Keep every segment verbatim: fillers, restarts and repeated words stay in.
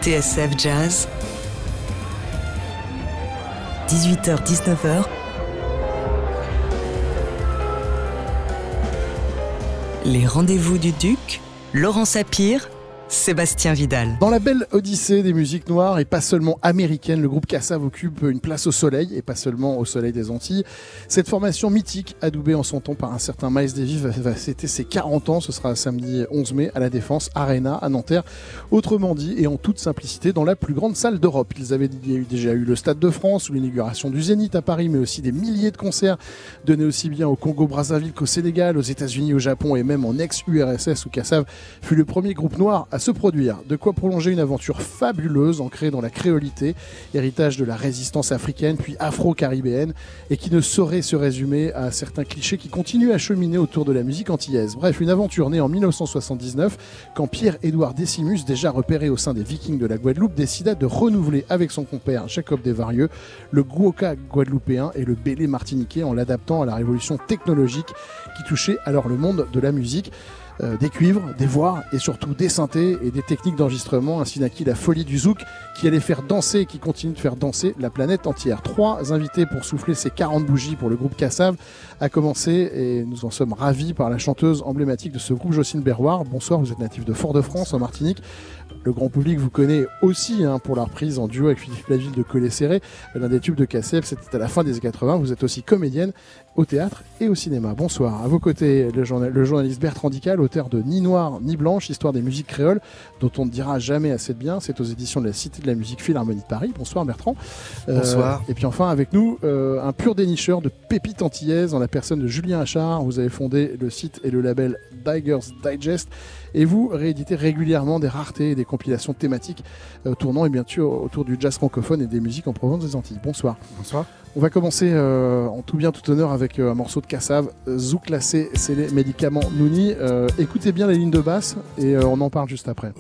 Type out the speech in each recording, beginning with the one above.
T S F Jazz, dix-huit heures dix-neuf heures, les rendez-vous du Duc, Laurent Sapir, Sébastien Vidal. Dans la belle odyssée des musiques noires et pas seulement américaines, le groupe Kassav occupe une place au soleil et pas seulement au soleil des Antilles. Cette formation mythique, adoubée en son temps par un certain Miles Davis, va, va fêter ses quarante ans. Ce sera samedi onze mai à la Défense Arena à Nanterre. Autrement dit, et en toute simplicité, dans la plus grande salle d'Europe. Ils avaient déjà eu le Stade de France ou l'inauguration du Zénith à Paris, mais aussi des milliers de concerts donnés aussi bien au Congo-Brazzaville qu'au Sénégal, aux États-Unis, au Japon et même en ex-U R S S où Kassav fut le premier groupe noir à se produire. De quoi prolonger une aventure fabuleuse ancrée dans la créolité, héritage de la résistance africaine puis afro-caribéenne et qui ne saurait se résumer à certains clichés qui continuent à cheminer autour de la musique antillaise. Bref, une aventure née en dix-neuf cent soixante-dix-neuf quand Pierre-Édouard Décimus, déjà repéré au sein des Vikings de la Guadeloupe, décida de renouveler avec son compère Jacob Desvarieux le guoka guadeloupéen et le bélé martiniquais en l'adaptant à la révolution technologique qui touchait alors le monde de la musique. Euh, des cuivres, des voix et surtout des synthés et des techniques d'enregistrement, ainsi naquit la folie du zouk qui allait faire danser et qui continue de faire danser la planète entière. Trois invités pour souffler ces quarante bougies pour le groupe Kassav, à commencer, et nous en sommes ravis, par la chanteuse emblématique de ce groupe, Jocelyne Berroir. Bonsoir, vous êtes natif de Fort-de-France en Martinique. Le grand public vous connaît aussi hein, pour la reprise en duo avec Philippe Laville de Collet Serré, l'un des tubes de Kassav, c'était à la fin des années quatre-vingts. Vous êtes aussi comédienne au théâtre et au cinéma. Bonsoir. À vos côtés, le, journal, le journaliste Bertrand Dical, auteur de Ni Noir ni Blanche, histoire des musiques créoles, dont on ne dira jamais assez de bien. C'est aux éditions de la Cité de la Musique Philharmonie de Paris. Bonsoir Bertrand. Euh, Bonsoir. Et puis enfin avec nous, euh, un pur dénicheur de pépites antillaises en la personne de Julien Achard. Vous avez fondé le site et le label Digger's Digest. Et vous rééditez régulièrement des raretés et des compilations thématiques euh, tournant et bien sûr autour du jazz francophone et des musiques en provenance des Antilles. Bonsoir. Bonsoir. On va commencer euh, en tout bien tout honneur avec euh, un morceau de Kassav, Zouk Lassé, c'est les médicaments Nouni. Euh, écoutez bien les lignes de basse et euh, on en parle juste après.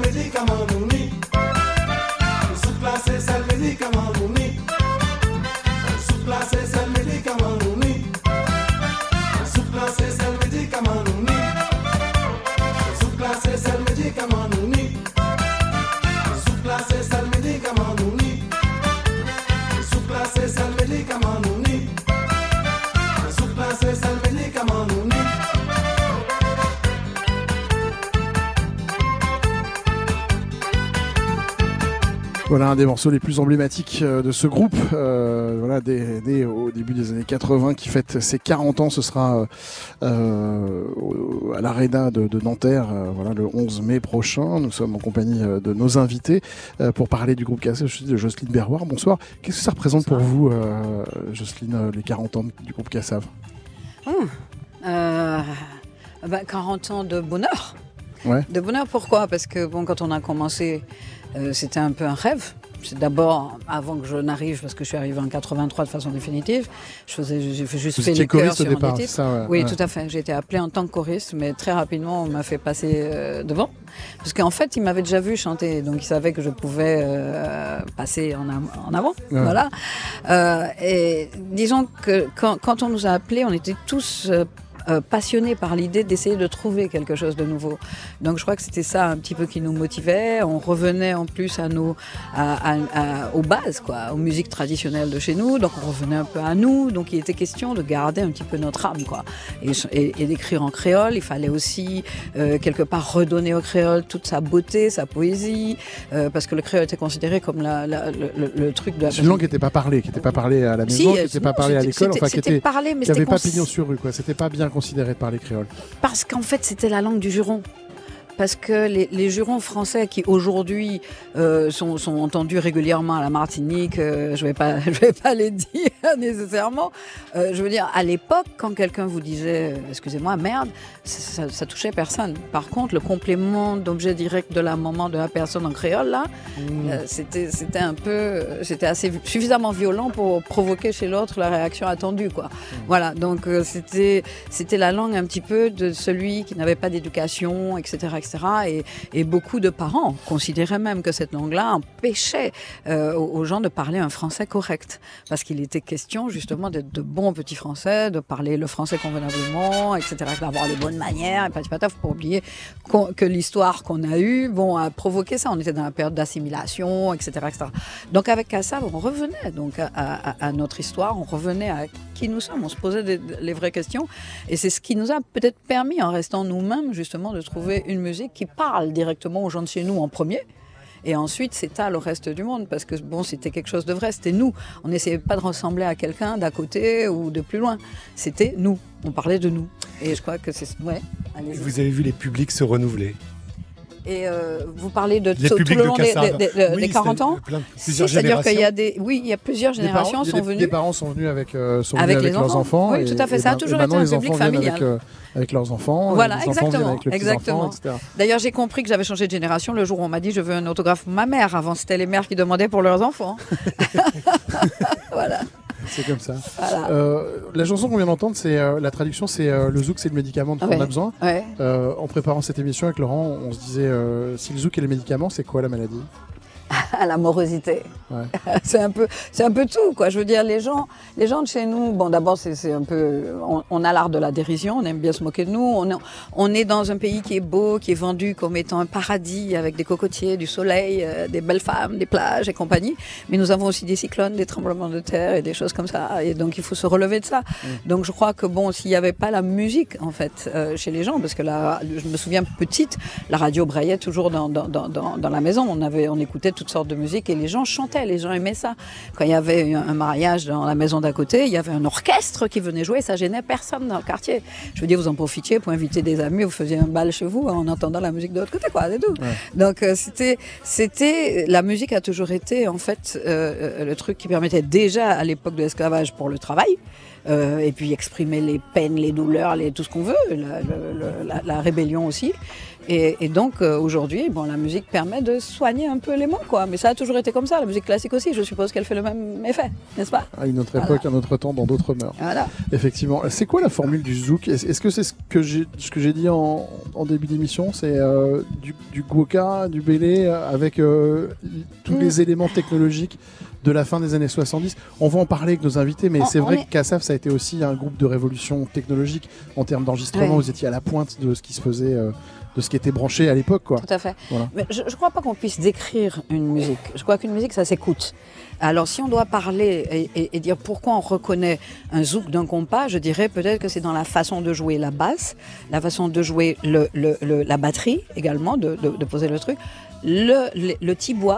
Sous place, ça le médicament, nous. Voilà un des morceaux les plus emblématiques de ce groupe, euh, voilà, né au début des années quatre-vingts, qui fête ses quarante ans. Ce sera euh, à l'Arena de, de Nanterre, euh, voilà, le onze mai prochain. Nous sommes en compagnie de nos invités euh, pour parler du groupe Cassav. Je suis de Jocelyne Berroir. Bonsoir. Qu'est-ce que ça représente pour vous, euh, Jocelyne, les quarante ans du groupe Cassav? Mmh. Euh, bah, quarante ans de bonheur. Ouais. De bonheur, pourquoi? Parce que bon, quand on a commencé, euh, c'était un peu un rêve. C'est d'abord, avant que je n'arrive, parce que je suis arrivée en quatre-vingt-trois de façon définitive, je faisais, j'ai juste Vous fait les chœurs sur départ, un des titres. ça, ouais, oui, ouais. tout à fait. J'ai été appelée en tant que choriste, mais très rapidement, on m'a fait passer euh, devant. Parce qu'en fait, ils m'avaient déjà vu chanter, donc ils savaient que je pouvais euh, passer en, am- en avant. Ouais. Voilà. Euh, et disons que quand, quand on nous a appelés, on était tous... Euh, Euh, passionnés par l'idée d'essayer de trouver quelque chose de nouveau. Donc je crois que c'était ça un petit peu qui nous motivait. On revenait en plus à nos, à, à, à, aux bases, quoi, aux musiques traditionnelles de chez nous. Donc on revenait un peu à nous. Donc il était question de garder un petit peu notre âme, quoi, et, et, et d'écrire en créole. Il fallait aussi euh, quelque part redonner au créole toute sa beauté, sa poésie, euh, parce que le créole était considéré comme la, la, le, le, le truc de la... C'est une langue qui n'était pas parlée, qui n'était pas parlée à la maison, si, qui n'était non, pas parlée à l'école, enfin qui était parlé, mais n'avait pas cons... pignon sur rue, quoi. C'était pas bien considéré par les créoles. Parce qu'en fait, c'était la langue du juron. Parce que les, les jurons français qui aujourd'hui euh, sont, sont entendus régulièrement à la Martinique, euh, je vais pas, je vais pas les dire nécessairement. Euh, je veux dire, à l'époque, quand quelqu'un vous disait, euh, excusez-moi, merde, ça, ça, ça touchait personne. Par contre, le complément d'objet direct de la maman de la personne en créole, là, mmh. euh, c'était, c'était un peu, c'était assez suffisamment violent pour provoquer chez l'autre la réaction attendue, quoi. Mmh. Voilà. Donc euh, c'était, c'était la langue un petit peu de celui qui n'avait pas d'éducation, et cetera, et cetera. Et, et beaucoup de parents considéraient même que cette langue-là empêchait euh, aux, aux gens de parler un français correct, parce qu'il était question justement d'être de bons petits français, de parler le français convenablement, et cetera, d'avoir les bonnes manières, et pati pataf, faut pas oublier que l'histoire qu'on a eue, bon, a provoqué ça. On était dans la période d'assimilation, et cetera, et cetera. Donc avec Cassav, on revenait donc à, à, à notre histoire, on revenait à qui nous sommes, on se posait des, les vraies questions, et c'est ce qui nous a peut-être permis, en restant nous-mêmes, justement, de trouver une musique qui parle directement aux gens de chez nous en premier. Et ensuite, s'étale au reste du monde, parce que bon, c'était quelque chose de vrai, c'était nous. On n'essayait pas de ressembler à quelqu'un d'à côté ou de plus loin. C'était nous, on parlait de nous. Et je crois que c'est... Ouais, allez-y. Vous avez vu les publics se renouveler. Et euh, vous parlez de les tout, tout le long de des, des, des, oui, des quarante ans. Plein, plusieurs C'est-à-dire qu'il y a des, oui, il y a plusieurs générations des parents, sont des, venues. Des parents sont venus avec, euh, sont avec, venus avec leurs enfants. Oui, et, tout à fait. Ça a toujours été un public familial. Avec, euh, avec leurs enfants. Voilà, les exactement, enfants avec exactement. Enfants, et cetera. D'ailleurs, j'ai compris que j'avais changé de génération le jour où on m'a dit je veux un autographe pour ma mère. Avant, c'était les mères qui demandaient pour leurs enfants. Voilà. C'est comme ça. Voilà. Euh, la chanson qu'on vient d'entendre, c'est euh, la traduction, c'est euh, le zouk, c'est le médicament dont ouais. on a besoin. Ouais. Euh, en préparant cette émission avec Laurent, on se disait euh, si le zouk est le médicament, c'est quoi la maladie? La morosité. Ouais. c'est un peu, c'est un peu tout, quoi. Je veux dire, les gens, les gens de chez nous, bon, d'abord, c'est, c'est un peu, on, on a l'art de la dérision, on aime bien se moquer de nous. On est, on est dans un pays qui est beau, qui est vendu comme étant un paradis avec des cocotiers, du soleil, euh, des belles femmes, des plages et compagnie. Mais nous avons aussi des cyclones, des tremblements de terre et des choses comme ça. Et donc, il faut se relever de ça. Mmh. Donc, je crois que bon, s'il n'y avait pas la musique, en fait, euh, chez les gens, parce que là, je me souviens petite, la radio braillait toujours dans, dans, dans, dans, dans la maison. On avait, on écoutait toutes sortes de musique et les gens chantaient, les gens aimaient ça. Quand il y avait un mariage dans la maison d'à côté, il y avait un orchestre qui venait jouer, ça gênait personne dans le quartier. Je veux dire, vous en profitiez pour inviter des amis, vous faisiez un bal chez vous en entendant la musique de l'autre côté, quoi, c'est tout. Ouais. Donc euh, c'était, c'était, la musique a toujours été en fait euh, le truc qui permettait déjà à l'époque de l'esclavage pour le travail. Euh, et puis exprimer les peines, les douleurs, les, tout ce qu'on veut, la, la, la, la rébellion aussi. Et, et donc euh, aujourd'hui, bon, la musique permet de soigner un peu les maux, quoi. Mais ça a toujours été comme ça, la musique classique aussi. Je suppose qu'elle fait le même effet, n'est-ce pas? À une autre époque, voilà. Un autre temps, dans d'autres mœurs. Voilà. Effectivement. C'est quoi la formule du zouk? Est-ce, est-ce que c'est ce que j'ai, ce que j'ai dit en, en début d'émission? C'est euh, du, du gwoka, du bélé, avec euh, tous mm. les éléments technologiques de la fin des années soixante-dix. On va en parler avec nos invités, mais on, c'est vrai est... que Cassav, ça a été aussi un groupe de révolution technologique en termes d'enregistrement. Ouais. Vous étiez à la pointe de ce qui se faisait, euh, de ce qui était branché à l'époque, quoi. Tout à fait. Voilà. Mais je ne crois pas qu'on puisse décrire une musique. Je crois qu'une musique, ça s'écoute. Alors, si on doit parler et, et, et dire pourquoi on reconnaît un zouk d'un compas, je dirais peut-être que c'est dans la façon de jouer la basse, la façon de jouer le, le, le, la batterie également, de, de, de poser le truc, le, le, le tibois,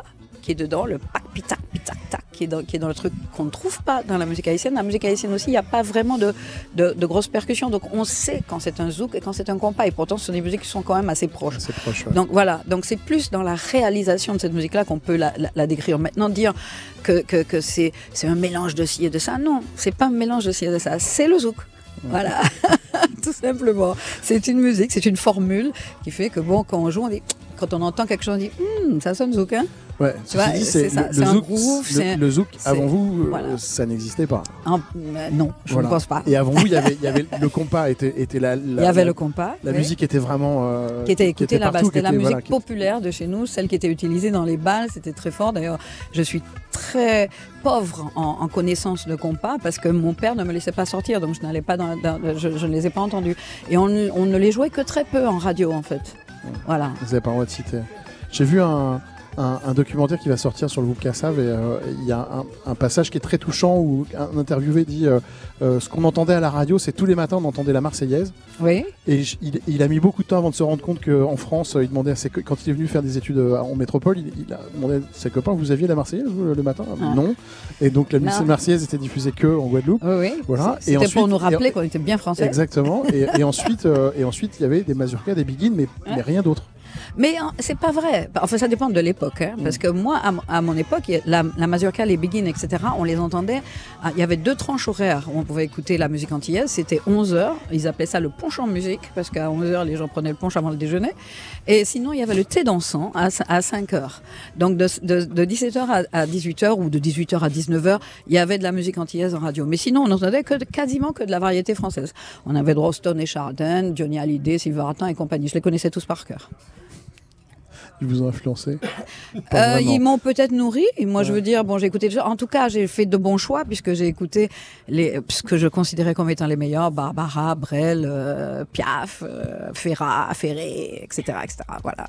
qui est dedans, le pac, pitac, pitac, tac, qui est dans, qui est dans le truc qu'on ne trouve pas dans la musique haïtienne. La musique haïtienne aussi, il n'y a pas vraiment de, de, de grosses percussions, donc on sait quand c'est un zouk et quand c'est un compas, et pourtant ce sont des musiques qui sont quand même assez proches. Assez proche, ouais. Donc voilà, donc c'est plus dans la réalisation de cette musique-là qu'on peut la, la, la décrire. Maintenant, dire que, que, que c'est, c'est un mélange de ci et de ça, non, c'est pas un mélange de ci et de ça, c'est le zouk. Voilà, tout simplement. C'est une musique, c'est une formule qui fait que bon, quand on joue, on dit, quand on entend quelque chose, on dit, hm, ça sonne zouk, hein. Ouais, tu vois, dit, c'est, c'est, ça, le, c'est le un zouk, groove. Le, c'est, le zouk, c'est, avant vous, voilà. euh, ça n'existait pas. En, euh, non, je voilà. ne pense pas. Et avant vous, il y avait, il y avait le compas était, était la, la. Il y avait la, le compas. La oui. musique était vraiment. Euh, qui était écoutée là-bas. C'était la était, musique voilà, populaire de chez nous, celle qui était utilisée dans les bals. C'était très fort. D'ailleurs, je suis très pauvre en, en connaissance de compas parce que mon père ne me laissait pas sortir, donc je n'allais pas dans, dans je, je ne les ai pas entendus. Et on, on ne les jouait que très peu en radio, en fait. Voilà. Vous n'avez pas le droit de citer. J'ai vu un. Un, un documentaire qui va sortir sur le groupe Kassav et il euh, y a un, un passage qui est très touchant où un interviewé dit euh, euh, ce qu'on entendait à la radio, c'est tous les matins on entendait la Marseillaise. Oui. Et j- il, il a mis beaucoup de temps avant de se rendre compte qu'en France, il demandait à ses, quand il est venu faire des études en métropole, il, il a demandé à ses copains, vous aviez la Marseillaise vous, le matin? Ah. Non. Et donc la Non. Marseillaise était diffusée que en Guadeloupe. Oui, oui. Voilà. C'était Et ensuite, pour nous rappeler et, qu'on était bien français. Exactement. et, et ensuite, euh, et ensuite, il y avait des mazurkas, des biguines, mais, Ouais. mais rien d'autre. Mais hein, c'est pas vrai. Enfin, ça dépend de l'époque. Hein, parce que moi, à, m- à mon époque, la, la mazurka, les biguines, et cetera, on les entendait. ah, Il y avait deux tranches horaires où on pouvait écouter la musique antillaise. C'était onze heures. Ils appelaient ça le punch en musique, parce qu'à onze heures, les gens prenaient le punch avant le déjeuner. Et sinon, il y avait le thé dansant à, à cinq heures. Donc, de, de, de dix-sept heures à, à dix-huit heures ou de dix-huit heures à dix-neuf heures, il y avait de la musique antillaise en radio. Mais sinon, on n'entendait que, quasiment que de la variété française. On avait Droston et Chardin, Johnny Hallyday, Sylvain Vartan et compagnie. Je les connaissais tous par cœur. Ils vous ont influencé? Euh, ils m'ont peut-être nourri. Et moi, Ouais. je veux dire, bon, j'ai écouté. En tout cas, j'ai fait de bons choix puisque j'ai écouté les, ce que je considérais comme étant les meilleurs Barbara, Brel, euh, Piaf, euh, Ferrat, Ferré, et cetera, et cetera. Voilà.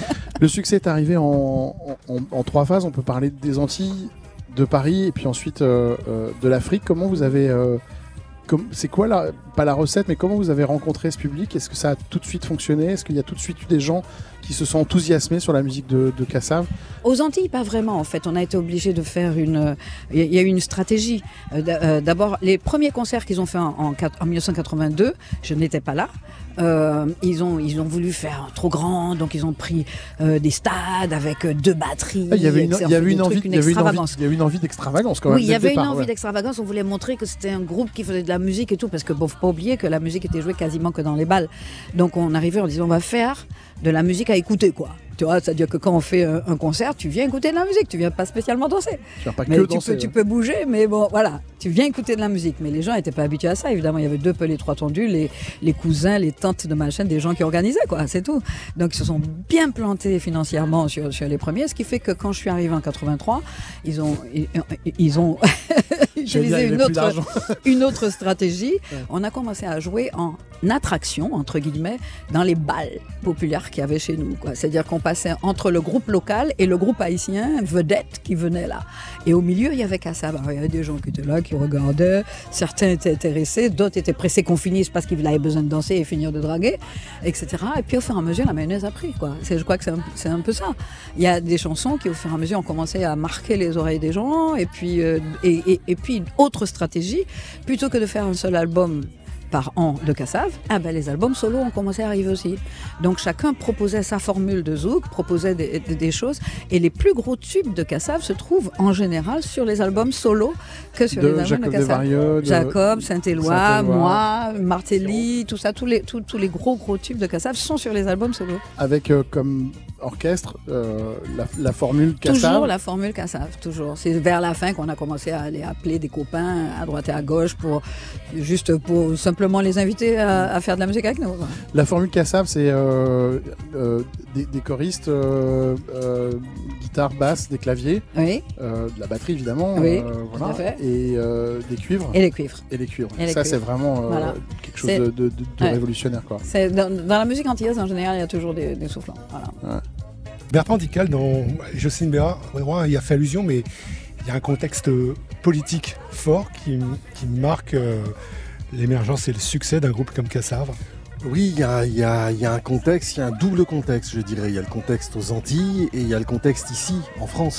Le succès est arrivé en, en, en- en trois phases. On peut parler des Antilles, de Paris et puis ensuite euh, euh, de l'Afrique. Comment vous avez, euh, com- c'est quoi la, pas la recette, mais comment vous avez rencontré ce public? Est-ce que ça a tout de suite fonctionné? Est-ce qu'il y a tout de suite eu des gens qui se sont enthousiasmés sur la musique de, de Kassav? Aux Antilles, pas vraiment. En fait, on a été obligé de faire une. Il y a eu une stratégie. Euh, d- euh, D'abord, les premiers concerts qu'ils ont fait en, en, quat- en mille neuf cent quatre-vingt-deux, je n'étais pas là. Euh, ils ont ils ont voulu faire trop grand, donc ils ont pris euh, des stades avec euh, deux batteries. Ah, il y avait une, et il y avait des une trucs, envie, une il y avait une envie, extravagance. il y avait une envie d'extravagance quand même. Oui, il y dès le avait une départ, envie ouais. d'extravagance. On voulait montrer que c'était un groupe qui faisait de la musique et tout, parce que bon, faut pas oublier que la musique était jouée quasiment que dans les bals. Donc on arrivait en disant on va faire de la musique à écouter, quoi. Tu vois, c'est-à-dire que quand on fait un, un concert, tu viens écouter de la musique, tu viens pas spécialement danser. Tu vas pas Mais que tu, danser, peux, tu ouais. peux bouger, mais bon, voilà, tu viens écouter de la musique. Mais les gens n'étaient pas habitués à ça, évidemment. Il y avait deux pelés, trois tondus, les, les cousins, les tantes de machin, des gens qui organisaient, quoi, c'est tout. Donc ils se sont bien plantés financièrement sur, sur les premiers, ce qui fait que quand je suis arrivée en quatre-vingt-trois, ils ont, ils, ils ont J'allais dire, utilisé il y une avait plus autre, d'argent. une autre stratégie. Ouais. On a commencé à jouer en attraction, entre guillemets, dans les bals populaires qu'il y avait chez nous, quoi. C'est-à-dire qu'on passait entre le groupe local et le groupe haïtien vedette qui venait là. Et au milieu, il y avait Kassav. Alors, il y avait des gens qui étaient là, qui regardaient. Certains étaient intéressés, d'autres étaient pressés qu'on finisse parce qu'ils avaient besoin de danser et finir de draguer, et cetera. Et puis, au fur et à mesure, la mayonnaise a pris, quoi. C'est, je crois que c'est un, c'est un peu ça. Il y a des chansons qui, au fur et à mesure, ont commencé à marquer les oreilles des gens. Et puis, euh, et, et, et puis autre stratégie, plutôt que de faire un seul album par an de Kassav, ah ben les albums solo ont commencé à arriver aussi. Donc chacun proposait sa formule de zouk, proposait des, des, des choses, et les plus gros tubes de Kassav se trouvent en général sur les albums solo que sur De les albums Jacob de Kassav. Desvarieux, de- Jacob, Saint-Éloi, Saint-Éloi, moi, Martelly, tout ça, tous les, tous, tous les gros gros tubes de Kassav sont sur les albums solo. avec euh, comme orchestre euh, la, la formule Kassav. Toujours la formule Kassav, toujours. C'est vers la fin qu'on a commencé à aller appeler des copains à droite et à gauche pour juste pour simplement les inviter à, à faire de la musique avec nous. quoi. La formule Kassav, c'est euh, euh, des, des choristes, euh, euh, guitare, basse, des claviers, Oui, euh, de la batterie évidemment, Oui, euh, tout voilà, à fait. et euh, des cuivres et les cuivres. et les cuivres. et les Ça, cuivres. c'est vraiment euh, Voilà. quelque chose C'est- de, de- de- de Ouais. révolutionnaire, quoi. C'est, dans, dans la musique antillaise, en général, il y a toujours des, des soufflants. Voilà. Bertrand Dical, dans Jocelyne Béra, il a fait allusion, mais il y a un contexte politique fort qui, qui marque euh, l'émergence et le succès d'un groupe comme Kassav. Oui, il y a, il y a- il y a un contexte, il y a un double contexte, je dirais. Il y a le contexte aux Antilles et il y a le contexte ici, en France.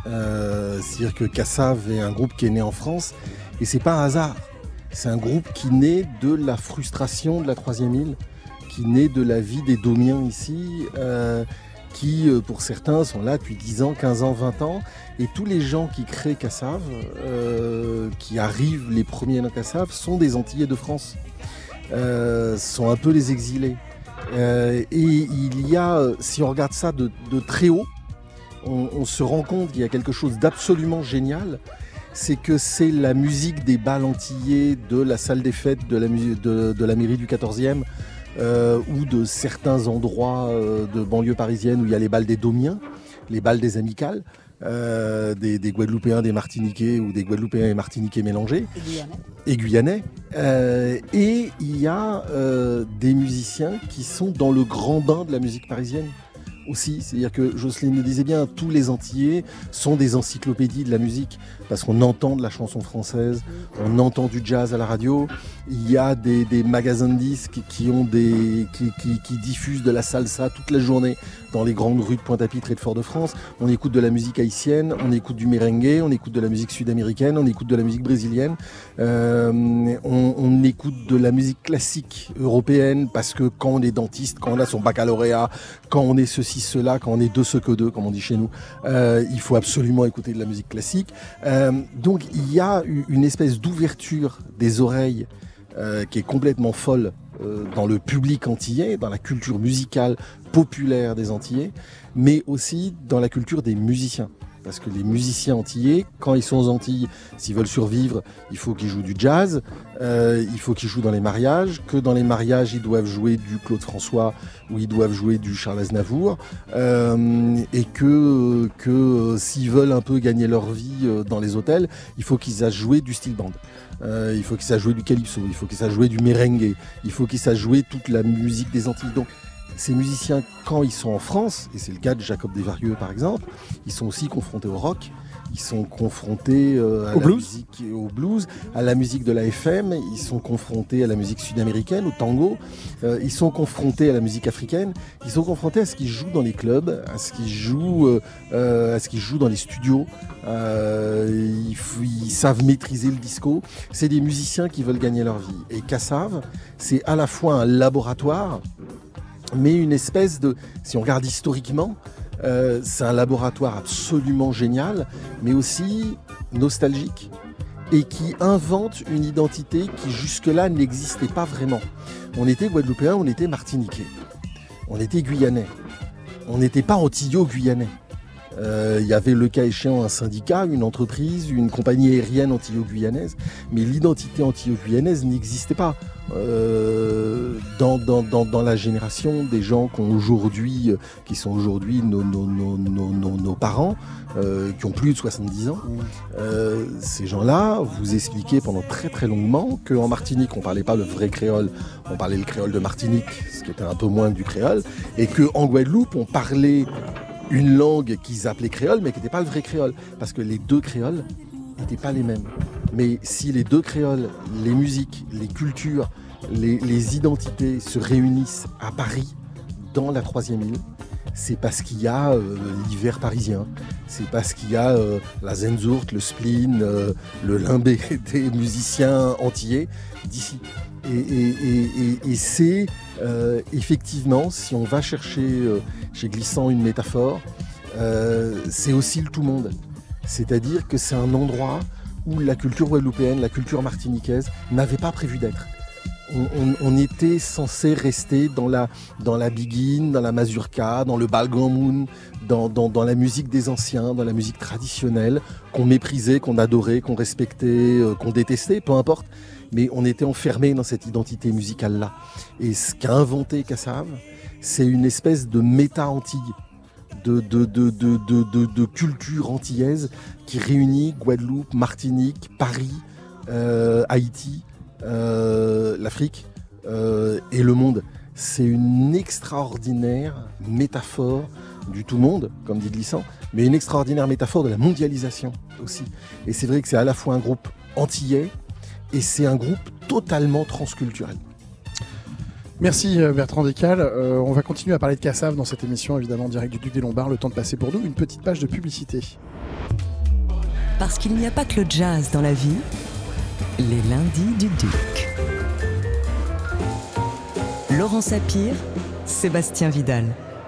Euh, c'est-à-dire que Kassav est un groupe qui est né en France et c'est pas un hasard. C'est un groupe qui naît de la frustration de la troisième île, qui naît de la vie des Domiens ici, euh, qui pour certains sont là depuis dix ans, quinze ans, vingt ans. Et tous les gens qui créent Kassav, euh, qui arrivent les premiers dans Kassav, sont des Antillais de France, euh, sont un peu les exilés. Euh, et il y a, si on regarde ça de, de très haut, on, on se rend compte qu'il y a quelque chose d'absolument génial, c'est que c'est la musique des bals antillais, de la salle des fêtes de la, de, de la mairie du quatorzième, euh, ou de certains endroits euh, de banlieue parisienne où il y a les bals des Domiens, les bals des Amicales, euh, des, des Guadeloupéens, des Martiniquais, ou des Guadeloupéens et Martiniquais mélangés, Et Guyanais. et Guyanais. Euh, et il y a euh, des musiciens qui sont dans le grand bain de la musique parisienne aussi. C'est-à-dire que Jocelyne le disait bien, tous les Antillais sont des encyclopédies de la musique, parce qu'on entend de la chanson française, on entend du jazz à la radio, il y a des, des magasins de disques qui, ont des, qui, qui, qui diffusent de la salsa toute la journée dans les grandes rues de Pointe-à-Pitre et de Fort-de-France. On écoute de la musique haïtienne, on écoute du merengue, on écoute de la musique sud-américaine, on écoute de la musique brésilienne, euh, on, on écoute de la musique classique européenne, parce que quand on est dentiste, quand on a son baccalauréat, quand on est ceci, cela, quand on est deux ce que deux, comme on dit chez nous, euh, il faut absolument écouter de la musique classique. Euh, donc il y a une espèce d'ouverture des oreilles euh, qui est complètement folle euh, dans le public antillais, dans la culture musicale populaire des Antillais, mais aussi dans la culture des musiciens. Parce que les musiciens antillais, quand ils sont aux Antilles, s'ils veulent survivre, il faut qu'ils jouent du jazz, euh, il faut qu'ils jouent dans les mariages, que dans les mariages, ils doivent jouer du Claude François ou ils doivent jouer du Charles Aznavour, euh, et que, que euh, s'ils veulent un peu gagner leur vie euh, dans les hôtels, il faut qu'ils sachent jouer du steel band. Euh, il faut qu'ils sachent jouer du calypso, il faut qu'ils sachent jouer du merengue, il faut qu'ils sachent jouer toute la musique des Antilles. Donc, ces musiciens, quand ils sont en France, et c'est le cas de Jacob Desvarieux par exemple, ils sont aussi confrontés au rock, ils sont confrontés euh, à au la blues. musique, au blues, à la musique de la F M, ils sont confrontés à la musique sud-américaine, au tango, euh, ils sont confrontés à la musique africaine, ils sont confrontés à ce qu'ils jouent dans les clubs, à ce qu'ils jouent, euh, euh, à ce qu'ils jouent dans les studios, euh, ils, ils savent maîtriser le disco. C'est des musiciens qui veulent gagner leur vie. Et Kassav, c'est à la fois un laboratoire, mais une espèce de, si on regarde historiquement, euh, c'est un laboratoire absolument génial, mais aussi nostalgique, et qui invente une identité qui jusque-là n'existait pas vraiment. On était Guadeloupéens, on était Martiniquais, on était Guyanais, on n'était pas Antillo-Guyanais. Il euh, y avait le cas échéant un syndicat, une entreprise, une compagnie aérienne antillo-guyanaise, mais l'identité antillo-guyanaise n'existait pas. Euh, dans, dans, dans, dans la génération des gens qui, ont aujourd'hui, qui sont aujourd'hui nos, nos, nos, nos, nos, nos parents, euh, qui ont plus de soixante-dix ans, euh, ces gens-là vous expliquaient pendant très très longuement qu'en Martinique on ne parlait pas le vrai créole, on parlait le créole de Martinique, ce qui était un peu moins du créole, et qu'en Guadeloupe on parlait une langue qu'ils appelaient créole, mais qui n'était pas le vrai créole, parce que les deux créoles n'étaient pas les mêmes. Mais si les deux créoles, les musiques, les cultures, les, les identités se réunissent à Paris, dans la troisième île, c'est parce qu'il y a euh, l'hiver parisien, c'est parce qu'il y a euh, la Zenzurt, le spleen, euh, le limbé des musiciens antillais d'ici. Et, et, et, et, et c'est euh, effectivement, si on va chercher euh, chez Glissant une métaphore, euh, c'est aussi le tout monde. C'est-à-dire que c'est un endroit où la culture guadeloupéenne, la culture martiniquaise n'avait pas prévu d'être. On, on, on était censé rester dans la, dans la biguine, dans la mazurka, dans le balgamoun, dans, dans, dans la musique des anciens, dans la musique traditionnelle, qu'on méprisait, qu'on adorait, qu'on respectait, euh, qu'on détestait, peu importe. Mais on était enfermé dans cette identité musicale-là. Et ce qu'a inventé Kassav, c'est une espèce de méta-Antille, de, de, de, de, de, de, de culture antillaise qui réunit Guadeloupe, Martinique, Paris, euh, Haïti, euh, l'Afrique euh, et le monde. C'est une extraordinaire métaphore du tout monde, comme dit Glissant, mais une extraordinaire métaphore de la mondialisation aussi. Et c'est vrai que c'est à la fois un groupe antillais, et c'est un groupe totalement transculturel. Merci Bertrand Descales. Euh, on va continuer à parler de Kassav dans cette émission, évidemment, en direct du Duc des Lombards. Le temps de passer pour nous une petite page de publicité. Parce qu'il n'y a pas que le jazz dans la vie, les lundis du Duc. Laurent Sapir, Sébastien Vidal.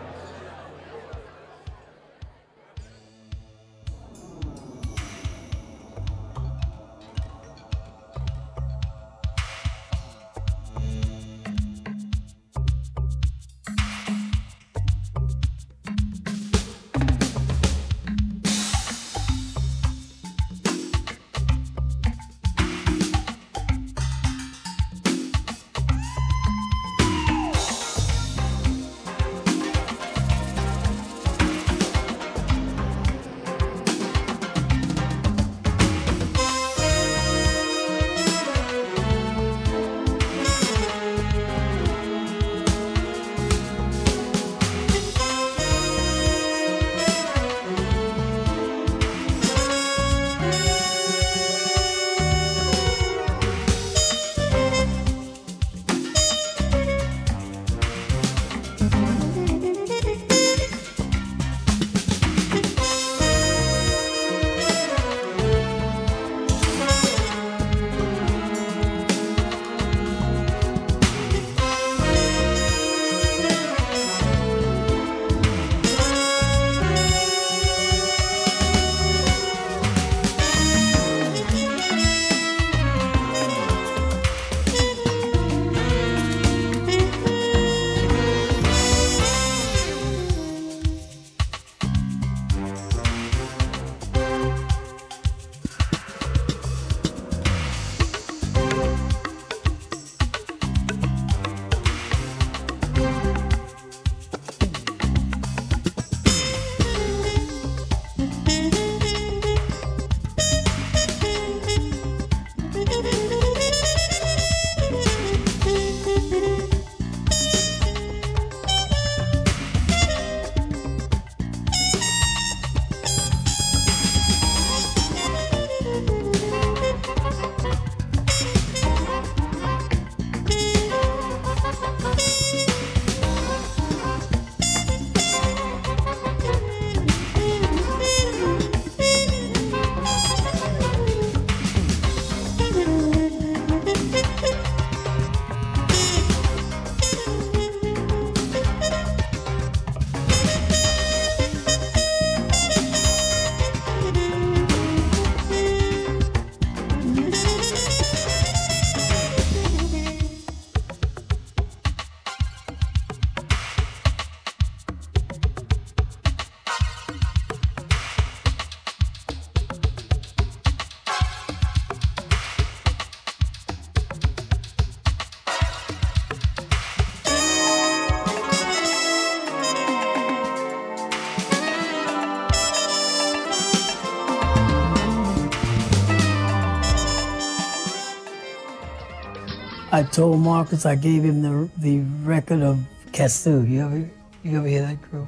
I told Marcus I gave him the the record of Kasu. You ever you ever hear that group?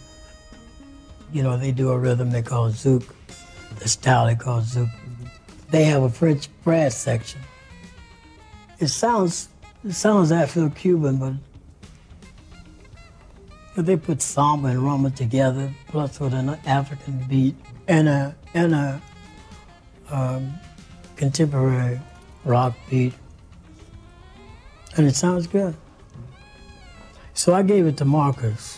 You know, they do a rhythm they call zouk, the style they call zouk. They have a French brass section. It sounds it sounds Afro-Cuban, but but they put samba and rumba together, plus with an African beat and a and a um, contemporary rock beat. And it sounds good. So I gave it to Marcus.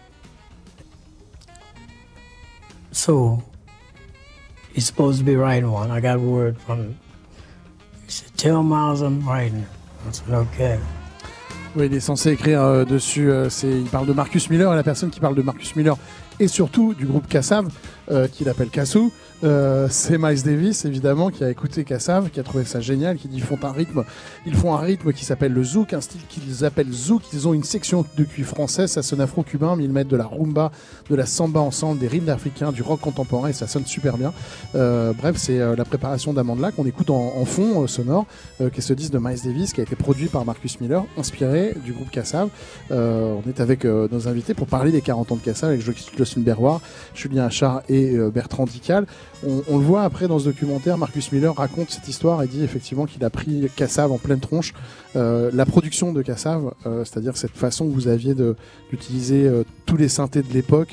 So he's supposed to be writing one. I got word from him. He said, tell Miles I'm writing. I said, okay. Oui, il est censé écrire euh, dessus. Euh, c'est, il parle de Marcus Miller, et la personne qui parle de Marcus Miller et surtout du groupe Kassav, euh, qu'il appelle Kassou, euh, c'est Miles Davis, évidemment, qui a écouté Kassav, qui a trouvé ça génial, qui dit ils font un rythme, ils font un rythme qui s'appelle le zouk, un style qu'ils appellent zouk. Ils ont une section de cuivre français, ça sonne afro-cubain, mais ils mettent de la rumba, de la samba ensemble, des rythmes africains, du rock contemporain, et ça sonne super bien. Euh, bref, c'est euh, la préparation d'Amandla qu'on écoute en, en fond euh, sonore, euh, qui est ce disque de Miles Davis, qui a été produit par Marcus Miller, inspiré du groupe Kassav. Euh, on est avec euh, nos invités pour parler des quarante ans de Kassav, avec Jocelyn Berroir, Julien Achard et euh, Bertrand Dical. On, on le voit après dans ce documentaire, Marcus Miller raconte cette histoire et dit effectivement qu'il a pris Kassav en pleine tronche. Euh, la production de Kassav, euh, c'est-à-dire cette façon que vous aviez de, d'utiliser euh, tous les synthés de l'époque,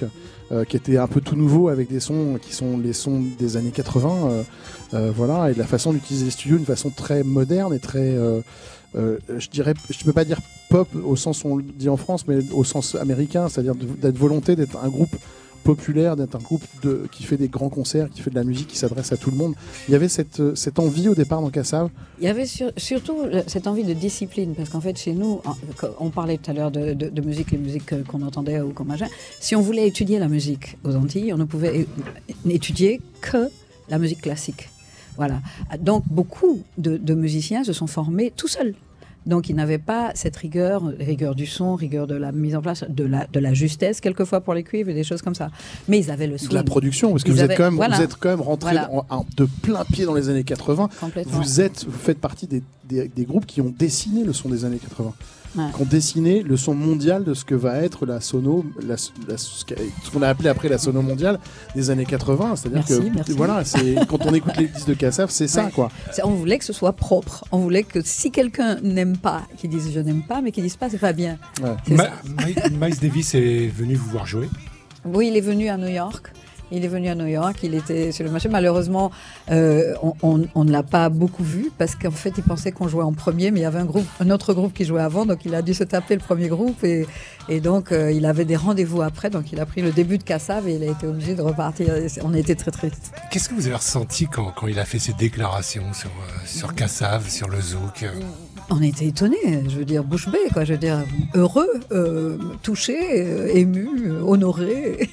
euh, qui était un peu tout nouveau avec des sons qui sont les sons des années quatre-vingts, euh, euh, voilà, et de la façon d'utiliser les studios, une façon très moderne et très, euh, euh, je dirais, je peux pas dire pop au sens où on le dit en France, mais au sens américain, c'est-à-dire de, d'être volonté d'être un groupe populaire, d'être un groupe de, qui fait des grands concerts, qui fait de la musique, qui s'adresse à tout le monde. Il y avait cette, cette envie au départ dans Kassav. Il y avait sur, surtout cette envie de discipline, parce qu'en fait, chez nous, on parlait tout à l'heure de, de, de musique, les musiques qu'on entendait ou qu'on mangeait. Si on voulait étudier la musique aux Antilles, on ne pouvait étudier que la musique classique. Voilà. Donc, beaucoup de, de musiciens se sont formés tout seuls. Donc, ils n'avaient pas cette rigueur, rigueur du son, rigueur de la mise en place, de la, de la justesse, quelquefois pour les cuivres et des choses comme ça. Mais ils avaient le swing. De la production, parce que vous, avaient, êtes quand même, voilà. vous êtes quand même rentré voilà. en, en, de plein pied dans les années quatre-vingts. Vous, êtes, vous faites partie des, des, des groupes qui ont dessiné le son des années quatre-vingts. Ouais. Qui ont dessiné le son mondial de ce que va être la sono, la, la, ce qu'on a appelé après la sono mondiale des années quatre-vingts. C'est-à-dire merci, que merci. Voilà, c'est, quand on écoute les disques de Kassav, c'est ouais. ça, quoi. C'est, on voulait que ce soit propre. On voulait que si quelqu'un n'aime pas, qu'il dise je n'aime pas, mais qu'il dise pas c'est pas bien. Ouais. C'est Ma- Miles Davis est venu vous voir jouer. Oui, il est venu à New York. Il est venu à New York, il était sur le marché. Malheureusement, euh, on, on, on ne l'a pas beaucoup vu parce qu'en fait, il pensait qu'on jouait en premier, mais il y avait un, groupe, un autre groupe qui jouait avant, donc il a dû se taper le premier groupe et, et donc euh, il avait des rendez-vous après, donc il a pris le début de Kassav et il a été obligé de repartir. On a été très tristes. Qu'est-ce que vous avez ressenti quand, quand il a fait ses déclarations sur, euh, sur Kassav, sur le zouk? On était étonnés, je veux dire, bouche bée, quoi. Je veux dire, heureux, euh, touché, euh, ému, euh, honoré.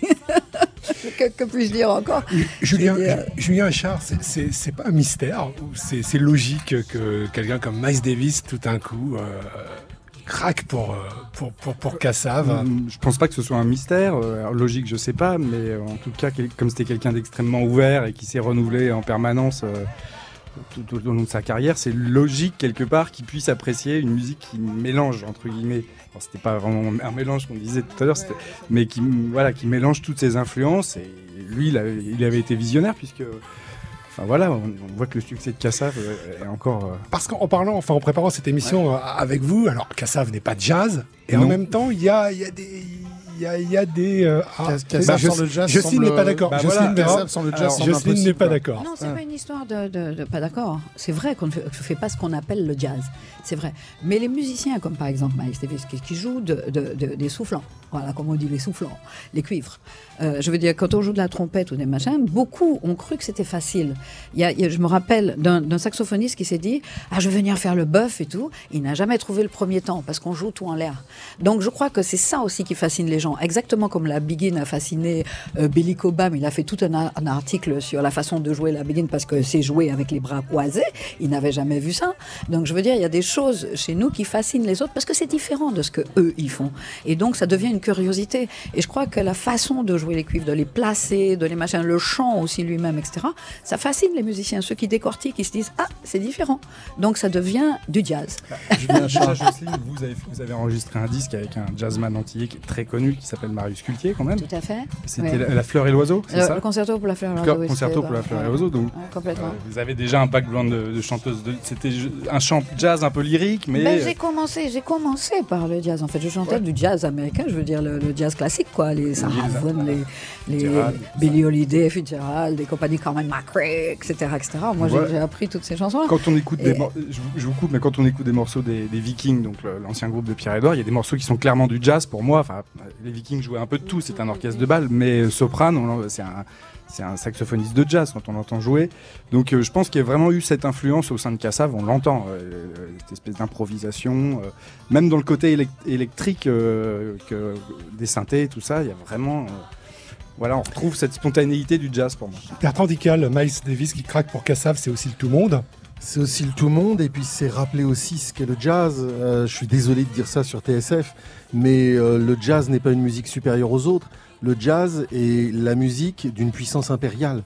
que, que puis-je dire encore? Julien, dire... Julien Achard, c'est, c'est, c'est pas un mystère ou c'est, c'est logique que quelqu'un comme Miles Davis, tout d'un coup, euh, craque pour, pour, pour, pour Kassav? Je pense pas que ce soit un mystère. Alors, logique, je sais pas, mais en tout cas, comme c'était quelqu'un d'extrêmement ouvert et qui s'est renouvelé en permanence euh, tout, tout au long de sa carrière, c'est logique quelque part qu'il puisse apprécier une musique qui mélange, entre guillemets, alors, c'était pas vraiment un mélange qu'on disait tout à l'heure, c'était, mais qui, voilà, qui mélange toutes ses influences. Et lui, il avait, il avait été visionnaire puisque, enfin voilà, on, on voit que le succès de Kassav est encore. Euh... Parce qu'en parlant, enfin en préparant cette émission ouais. avec vous, alors Kassav n'est pas jazz, et non. en même temps, il y a, il y a des Il y, a, il y a des. Euh, ah, bah, je, le jazz Jocelyne n'est pas d'accord. Bah Jocelyne voilà, Jocelyne n'est pas d'accord. Non, c'est ah. pas une histoire de, de, de pas d'accord. C'est vrai qu'on ne fait, fait pas ce qu'on appelle le jazz. C'est vrai. Mais les musiciens, comme par exemple Miles Davis, qui, qui jouent de, de, de, des soufflants, voilà, comme on dit les soufflants, les cuivres. Euh, je veux dire, quand on joue de la trompette ou des machins, beaucoup ont cru que c'était facile. Il y a, il y a, je me rappelle d'un, d'un saxophoniste qui s'est dit « Ah, je vais venir faire le bœuf et tout ». Il n'a jamais trouvé le premier temps parce qu'on joue tout en l'air. Donc, je crois que c'est ça aussi qui fascine les gens. Exactement comme la biguine a fasciné euh, Billy Cobham. Il a fait tout un, a- un article sur la façon de jouer la biguine parce que c'est joué avec les bras croisés. Il n'avait jamais vu ça. Donc, je veux dire, il y a des choses chez nous qui fascinent les autres parce que c'est différent de ce qu'eux, ils font. Et donc, ça devient une curiosité. Et je crois que la façon de jouer les cuivres, de les placer, de les machins, le chant aussi lui-même, et cetera, ça fascine les musiciens. Ceux qui décortiquent, ils se disent « Ah, c'est différent ». Donc, ça devient du jazz. Bah, Julien Jocelyne, vous avez, vous avez enregistré un disque avec un jazzman antillais qui est très connu, qui s'appelle Marius Cultier, quand même. Tout à fait. C'était oui. la, la fleur et l'oiseau, c'est le, ça le concerto pour la fleur et le l'oiseau. Oui, concerto pour la fleur et l'oiseau. Donc, ouais, complètement. Euh, vous avez déjà un background de, de chanteuse. De, c'était un chant jazz un peu lyrique, mais... Ben, j'ai commencé, j'ai commencé par le jazz. En fait, je chantais ouais. du jazz américain, je veux dire le, le jazz classique, quoi. Les Sarah Vaughan, les, les Billie Holiday, Fitzgerald, les compagnies Carmen McRae, et cetera, et cetera. Moi, ouais. j'ai, j'ai appris toutes ces chansons-là. Quand on écoute et... des mor- je, vous, je vous coupe, mais quand on écoute des morceaux des, des Vikings, donc le, l'ancien groupe de Pierre-Édouard, il y a des morceaux qui sont clairement du jazz pour moi. Enfin, les Vikings jouaient un peu de tout, c'est un orchestre de bal, mais Soprano, on, c'est un c'est un saxophoniste de jazz quand on l'entend jouer. Donc euh, je pense qu'il y a vraiment eu cette influence au sein de Kassav, on l'entend, euh, cette espèce d'improvisation, euh, même dans le côté élect- électrique euh, que, des synthés, tout ça, il y a vraiment... Euh, voilà, on retrouve cette spontanéité du jazz pour moi. Bertrand Dical, Miles Davis qui craque pour Kassav, c'est aussi le tout monde. C'est aussi le tout monde, et puis c'est rappeler aussi ce qu'est le jazz. Euh, je suis désolé de dire ça sur T S F, mais euh, le jazz n'est pas une musique supérieure aux autres. Le jazz est la musique d'une puissance impériale.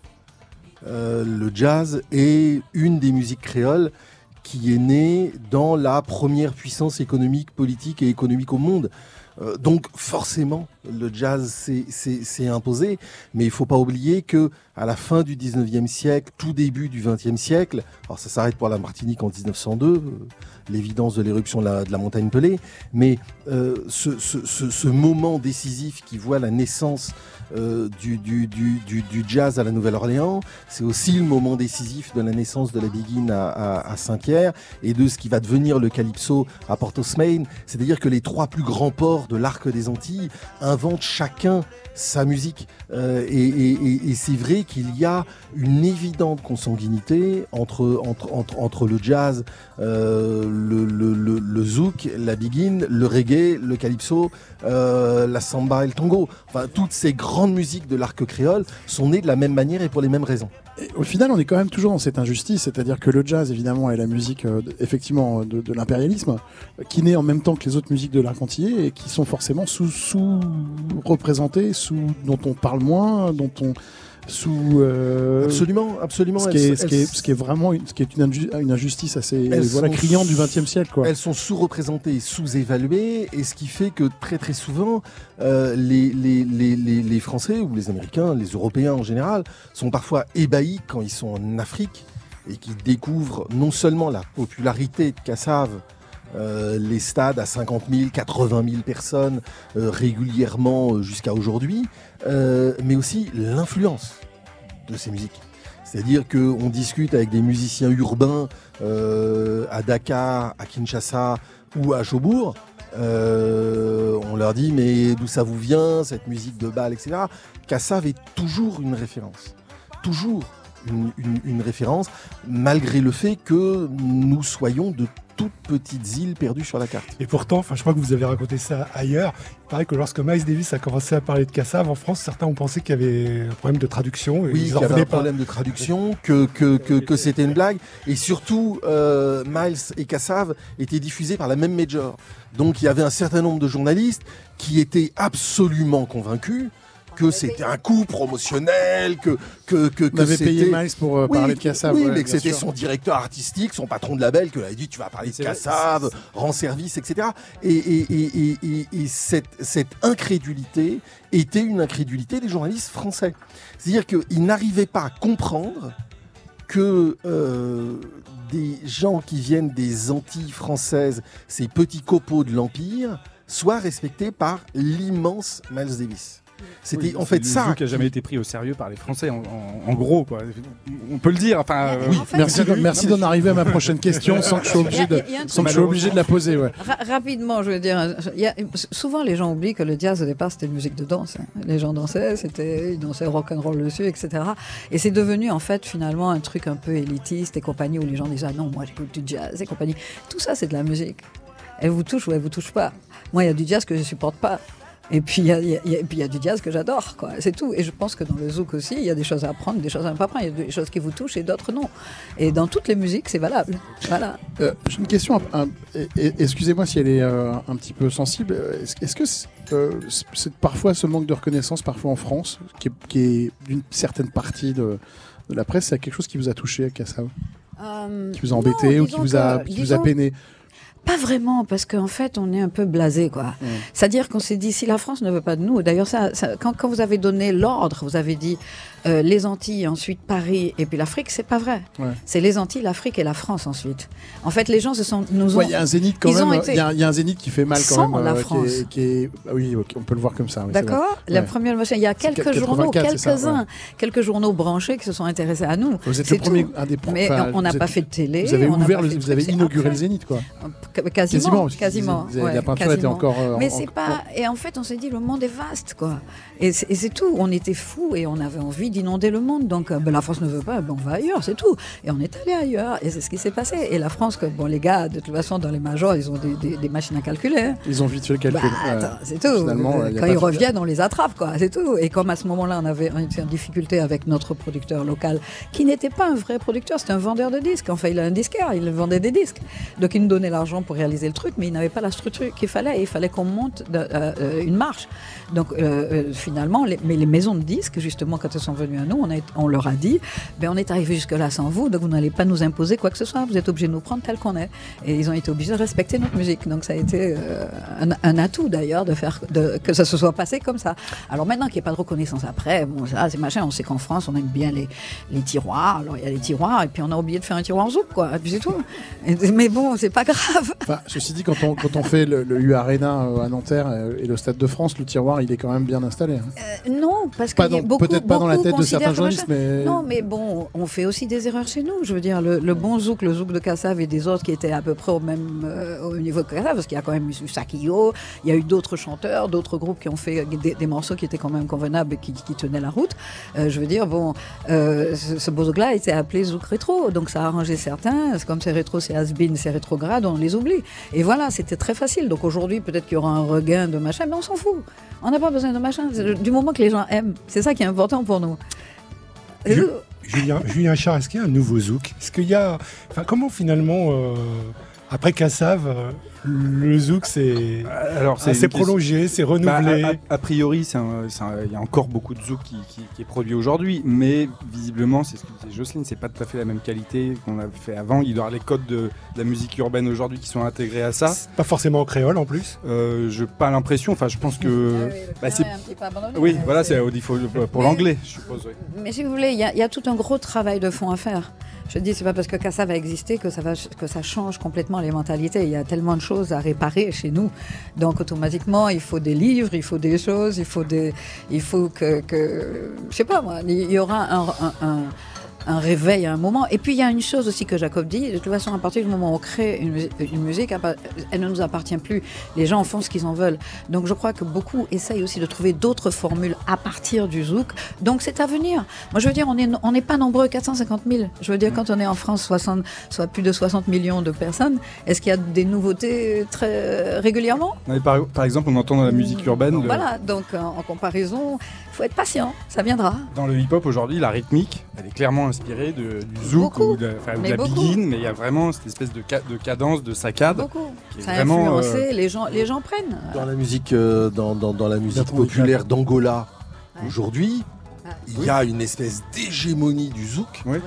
Euh, le jazz est une des musiques créoles qui est née dans la première puissance économique, politique et économique au monde. Euh, donc forcément, le jazz s'est, s'est, s'est imposé, mais il ne faut pas oublier que à la fin du dix-neuvième siècle, tout début du vingtième siècle, alors ça s'arrête pour la Martinique en dix-neuf cent deux, euh, l'évidence de l'éruption de la, de la montagne Pelée, mais euh, ce, ce, ce, ce moment décisif qui voit la naissance euh, du, du, du, du, du jazz à la Nouvelle-Orléans, c'est aussi le moment décisif de la naissance de la biguine à, à, à Saint-Pierre et de ce qui va devenir le calypso à Port-au-Smain. C'est-à-dire que les trois plus grands ports de l'arc des Antilles inventent chacun sa musique. Euh, et, et, et c'est vrai qu'il y a une évidente consanguinité entre, entre, entre, entre le jazz, euh, le, le, le, le zouk, la biguine, le reggae, le calypso, euh, la samba et le tango. Enfin, toutes ces grandes musiques de l'arc créole sont nées de la même manière et pour les mêmes raisons. Et au final, on est quand même toujours dans cette injustice, c'est-à-dire que le jazz, évidemment, est la musique, euh, effectivement, de, de l'impérialisme, euh, qui naît en même temps que les autres musiques de l'arc antillais et qui sont forcément sous, sous-représentées, sous, dont on parle moins, dont on... Sous, euh, absolument, absolument. Ce qui est, ce qui est, ce qui est vraiment une, ce qui est une, inju- une injustice assez voilà, criante du vingtième siècle. Quoi. Elles sont sous-représentées et sous-évaluées, et ce qui fait que très très souvent, euh, les, les, les, les, les Français ou les Américains, les Européens en général, sont parfois ébahis quand ils sont en Afrique et qu'ils découvrent non seulement la popularité de Kassav, Euh, les stades à cinquante mille, quatre-vingt mille personnes euh, régulièrement euh, jusqu'à aujourd'hui, euh, mais aussi l'influence de ces musiques. C'est-à-dire qu'on discute avec des musiciens urbains euh, à Dakar, à Kinshasa ou à Jobourg. Euh, on leur dit mais d'où ça vous vient, cette musique de bal, et cetera. Kassav est toujours une référence. Toujours une, une, une référence, malgré le fait que nous soyons de toutes petites îles perdues sur la carte. Et pourtant, je crois que vous avez raconté ça ailleurs, il paraît que lorsque Miles Davis a commencé à parler de Kassav en France, certains ont pensé qu'il y avait un problème de traduction. Et oui, ils qu'il y avait un pas. problème de traduction, que, que, que, que c'était une blague. Et surtout, euh, Miles et Kassav étaient diffusés par la même major. Donc il y avait un certain nombre de journalistes qui étaient absolument convaincus que c'était un coup promotionnel, que, que, que, que on avait c'était... payé Miles pour euh, oui, parler de Kassav. Oui, ouais, mais que c'était sûr. son directeur artistique, son patron de label, qui lui a dit tu vas parler de C'est Kassav, vrai, rends service, et cetera. Et, et, et, et, et, et cette, cette incrédulité était une incrédulité des journalistes français. C'est-à-dire qu'ils n'arrivaient pas à comprendre que euh, des gens qui viennent des Antilles françaises, ces petits copeaux de l'Empire, soient respectés par l'immense Miles Davis. C'était oui, en fait le ça zouk qui n'a jamais été pris au sérieux par les Français, en, en, en gros, quoi. On peut le dire. Enfin, oui, en fait, merci, c'est- merci d'en arriver à ma prochaine question sans que je sois obligé de, Il y a un sans que je truc- sois obligé de la poser. Ouais. Ra- rapidement, je veux dire, il y a- souvent les gens oublient que le jazz au départ c'était une musique de danse. hein. Les gens dansaient, c'était, ils dansaient rock and roll dessus, et cetera. Et c'est devenu en fait finalement un truc un peu élitiste et compagnie où les gens disent ah non moi j'écoute du jazz et compagnie. Tout ça c'est de la musique. Elle vous touche ou elle vous touche pas. Moi il y a du jazz que je supporte pas. Et puis il y, a- il y a- et puis, il y a du jazz que j'adore, quoi. C'est tout. Et je pense que dans le zouk aussi, il y a des choses à apprendre, des choses à ne pas apprendre. Il y a des choses qui vous touchent et d'autres non. Et dans toutes les musiques, c'est valable. Voilà. Euh, j'ai une question, un- un- et- et- excusez-moi si elle est euh, un petit peu sensible. Est-ce, est-ce que c'est, euh, c'est- c'est parfois ce manque de reconnaissance, parfois en France, qui est, qui est d'une certaine partie de, de la presse, c'est quelque chose qui vous a touché à Kassav, Euh, qui vous a embêté non, ou qui disons vous a, que- qui vous a disons- peiné? Pas vraiment, parce qu'en fait, on est un peu blasé, quoi. Mm. C'est-à-dire qu'on s'est dit, si la France ne veut pas de nous, d'ailleurs, ça, ça- quand, quand vous avez donné l'ordre, vous avez dit euh, les Antilles, ensuite Paris, et puis l'Afrique, c'est pas vrai. Ouais. C'est les Antilles, l'Afrique et la France ensuite. En fait, les gens se sont, nous ont. Ouais, il y a un zénith quand ils ont même. été Il y, a un- il y a un zénith qui fait mal quand sans même. la euh, qui est- France. Qui est, ah oui, ok, on peut le voir comme ça. Oui, c'est vrai. D'accord. La Ouais. première motion. Il y a C'est quelques journaux, quatre-vingt-quatre, c'est ça, quelques-uns, ouais. quelques journaux branchés qui se sont intéressés à nous. Vous êtes C'est le premier, tout. un des pro- Mais enfin, on n'a vous pas êtes- fait de télé. Vous avez on n'a ouvert, pas le, fait de vous avez trucs, c'est inauguré après. le zénith, quoi. Qu- Quasiment, quasiment. Quasiment. ouais, la peinture quasiment. était encore. euh, Mais en- c'est en- pas. Et en fait, on s'est dit, le monde est vaste, quoi. Et c'est, et c'est tout. On était fous et on avait envie d'inonder le monde. Donc, euh, ben, la France ne veut pas, ben, on va ailleurs, c'est tout. Et on est allé ailleurs. Et c'est ce qui s'est passé. Et la France, que, bon, les gars, de toute façon, dans les majors, ils ont des, des- des machines à calculer. hein. Ils ont vite fait le calcul. Bah, Ouais. attends, c'est tout. Finalement, Euh, il y a Quand pas ils de- reviennent, on les attrape, quoi. C'est tout. Et comme à ce moment-là, on avait on était en difficulté avec notre producteur local, qui n'était pas un vrai producteur, c'était un vendeur de disques. Enfin, il a un disquaire, il vendait des disques. Donc, il nous donnait l'argent d'argent pour réaliser le truc, mais ils n'avaient pas la structure qu'il fallait. Et il fallait qu'on monte de, euh, une marche. Donc euh, euh, finalement, les, mais les maisons de disques, justement, quand elles sont venues à nous, on, a, on leur a dit, ben, on est arrivé jusque-là sans vous, donc vous n'allez pas nous imposer quoi que ce soit. Vous êtes obligés de nous prendre tel qu'on est. Et ils ont été obligés de respecter notre musique. Donc ça a été euh, un, un atout d'ailleurs de faire de, que ça se soit passé comme ça. Alors maintenant qu'il n'y ait pas de reconnaissance après, bon, ça c'est machin. On sait qu'en France, on aime bien les, les tiroirs. Alors il y a les tiroirs, et puis on a oublié de faire un tiroir en zouk, quoi. Et puis c'est tout. Et, mais bon, c'est pas grave. Enfin, ceci dit, quand on, quand on fait le, le U Arena à Nanterre et le Stade de France, le tiroir, il est quand même bien installé. Hein. Euh, non, parce que beaucoup, peut-être pas dans la tête de certains journalistes, mais non, mais bon, on fait aussi des erreurs chez nous. Je veux dire, le, le bon zouk, le zouk de Kassav et des autres qui étaient à peu près au même euh, au niveau de Kassav, parce qu'il y a quand même eu Sakio, il y a eu d'autres chanteurs, d'autres groupes qui ont fait des, des morceaux qui étaient quand même convenables et qui, qui tenaient la route. Euh, je veux dire, bon, euh, ce, ce beau zouk-là était appelé zouk rétro, donc ça a arrangé certains. C'est comme c'est rétro, c'est has-been, c'est rétrograde, on les oublie. Et voilà, c'était très facile. Donc aujourd'hui, peut-être qu'il y aura un regain de machin, mais on s'en fout. On n'a pas besoin de machin. Du moment que les gens aiment, c'est ça qui est important pour nous. Je, Julien, Julien Char, est-ce qu'il y a un nouveau zouk? Est-ce qu'il y a, enfin, comment finalement, euh, après Kassav, euh, le zouk c'est, alors c'est, c'est prolongé, c'est renouvelé. Bah, a, a, a priori, c'est un, c'est un, il y a encore beaucoup de zouk qui, qui, qui est produit aujourd'hui, mais visiblement, c'est ce que disait Jocelyne, c'est pas tout à fait la même qualité qu'on a fait avant. Il doit y avoir les codes de, de la musique urbaine aujourd'hui qui sont intégrés à ça. C'est pas forcément en créole en plus. Euh, je pas l'impression. Enfin, je pense que. Ah oui, bah, c'est... Un petit peu abandonné, oui, mais voilà, c'est, c'est au défaut pour mais, l'anglais, je suppose. Oui. Mais si vous voulez, il y, y a tout un gros travail de fond à faire. Je dis, c'est pas parce que Kassav va exister que ça va, que ça change complètement les mentalités. Il y a tellement de choses à réparer chez nous. Donc, automatiquement, il faut des livres, il faut des choses, il faut des, il faut que, que je sais pas moi, il y aura un, un, un un réveil à un moment. Et puis il y a une chose aussi que Jacob dit, de toute façon à partir du moment où on crée une, une musique, elle ne nous appartient plus. Les gens en font ce qu'ils en veulent. Donc je crois que beaucoup essayent aussi de trouver d'autres formules à partir du zouk. Donc c'est à venir. Moi je veux dire, on n'est on n'est pas nombreux, quatre cent cinquante mille. Je veux dire, quand on est en France, soixante, soit plus de soixante millions de personnes, est-ce qu'il y a des nouveautés très régulièrement? par, par exemple, on entend dans la musique urbaine... Le... Voilà, donc en, en comparaison, il faut être patient, ça viendra. Dans le hip-hop aujourd'hui, la rythmique, elle est clairement inspirée de, du zouk beaucoup, ou de, ou de la begin, mais il y a vraiment cette espèce de, ca- de cadence, de saccade. Beaucoup. Qui est ça a vraiment, influencé, euh... les, gens, les gens prennent. Dans la musique, euh, dans, dans, dans la musique populaire d'Angola, ouais. Aujourd'hui, ah. il y a une espèce d'hégémonie du zouk oui.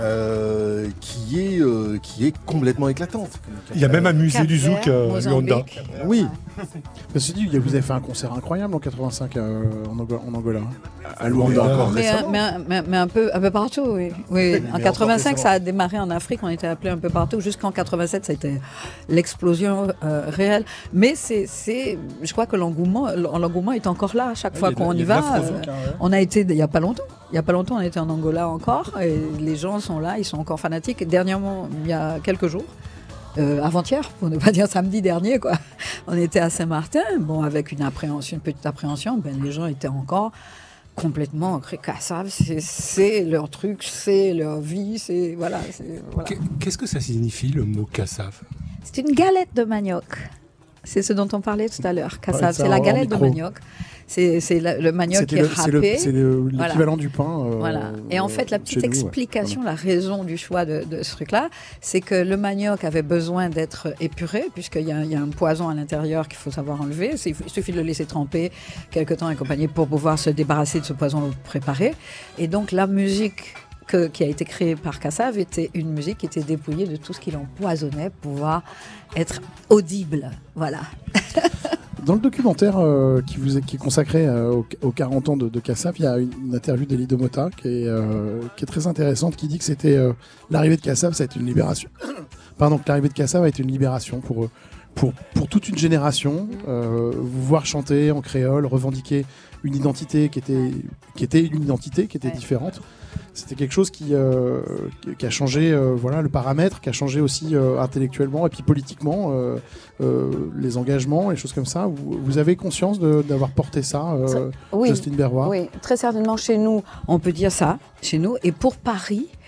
euh, qui, est, euh, qui est complètement éclatante. Il y a même un musée Cap-Vert, du zouk euh, Luanda. Oui. Ceci dit, vous avez fait un concert incroyable en quatre-vingt-cinq euh, en, Angola, en Angola. À Luanda encore mais, récemment. Mais, mais, mais un, peu, un peu partout, oui. oui. En quatre-vingt-cinq, ça a démarré en Afrique, on était appelé un peu partout. Jusqu'en quatre-vingt-sept, ça a été l'explosion euh, réelle. Mais c'est, c'est, je crois que l'engouement, l'engouement est encore là. À chaque fois qu'on y va, euh, on a été, il n'y a pas longtemps. Il n'y a pas longtemps, on était en Angola encore. Et les gens sont là, ils sont encore fanatiques. Dernièrement, il y a quelques jours, Euh, avant-hier, pour ne pas dire samedi dernier, quoi. On était à Saint-Martin, bon, avec une appréhension, une petite appréhension, ben, les gens étaient encore complètement Kassav, c'est, c'est leur truc, c'est leur vie, c'est, voilà, c'est, voilà. Qu'est-ce que ça signifie, le mot Kassav? C'est une galette de manioc. C'est ce dont on parlait tout à l'heure. Kassav, ouais, c'est la galette de manioc. C'est, c'est la, le manioc C'était qui est le, râpé. C'est, le, c'est le, l'équivalent voilà. du pain. Euh, voilà. Et en fait, la petite nous, explication, ouais. la raison du choix de, de ce truc-là, c'est que le manioc avait besoin d'être épuré, puisqu'il y a, il y a un poison à l'intérieur qu'il faut savoir enlever. C'est, il suffit de le laisser tremper quelque temps et compagnie pour pouvoir se débarrasser de ce poison préparé. Et donc, la musique que, qui a été créée par Kassav était une musique qui était dépouillée de tout ce qui l'empoisonnait pour pouvoir être audible. Voilà. Dans le documentaire euh, qui, vous est, qui est consacré euh, aux, aux quarante ans de, de Kassav, il y a une, une interview d'Elie Domota qui est, euh, qui est très intéressante, qui dit que c'était euh, l'arrivée de Kassav, ça a été une libération. Pardon, que l'arrivée de Kassav a été une libération pour, pour, pour toute une génération. Euh, vous voir chanter en créole, revendiquer une identité qui était, qui était une identité qui était ouais. différente. C'était quelque chose qui, euh, qui a changé euh, voilà, le paramètre, qui a changé aussi euh, intellectuellement et puis politiquement euh, euh, les engagements, les choses comme ça. Vous, vous avez conscience de, d'avoir porté ça, euh, oui, Jocelyne Berroy? Oui, très certainement chez nous, on peut dire ça, chez nous. Et pour Paris,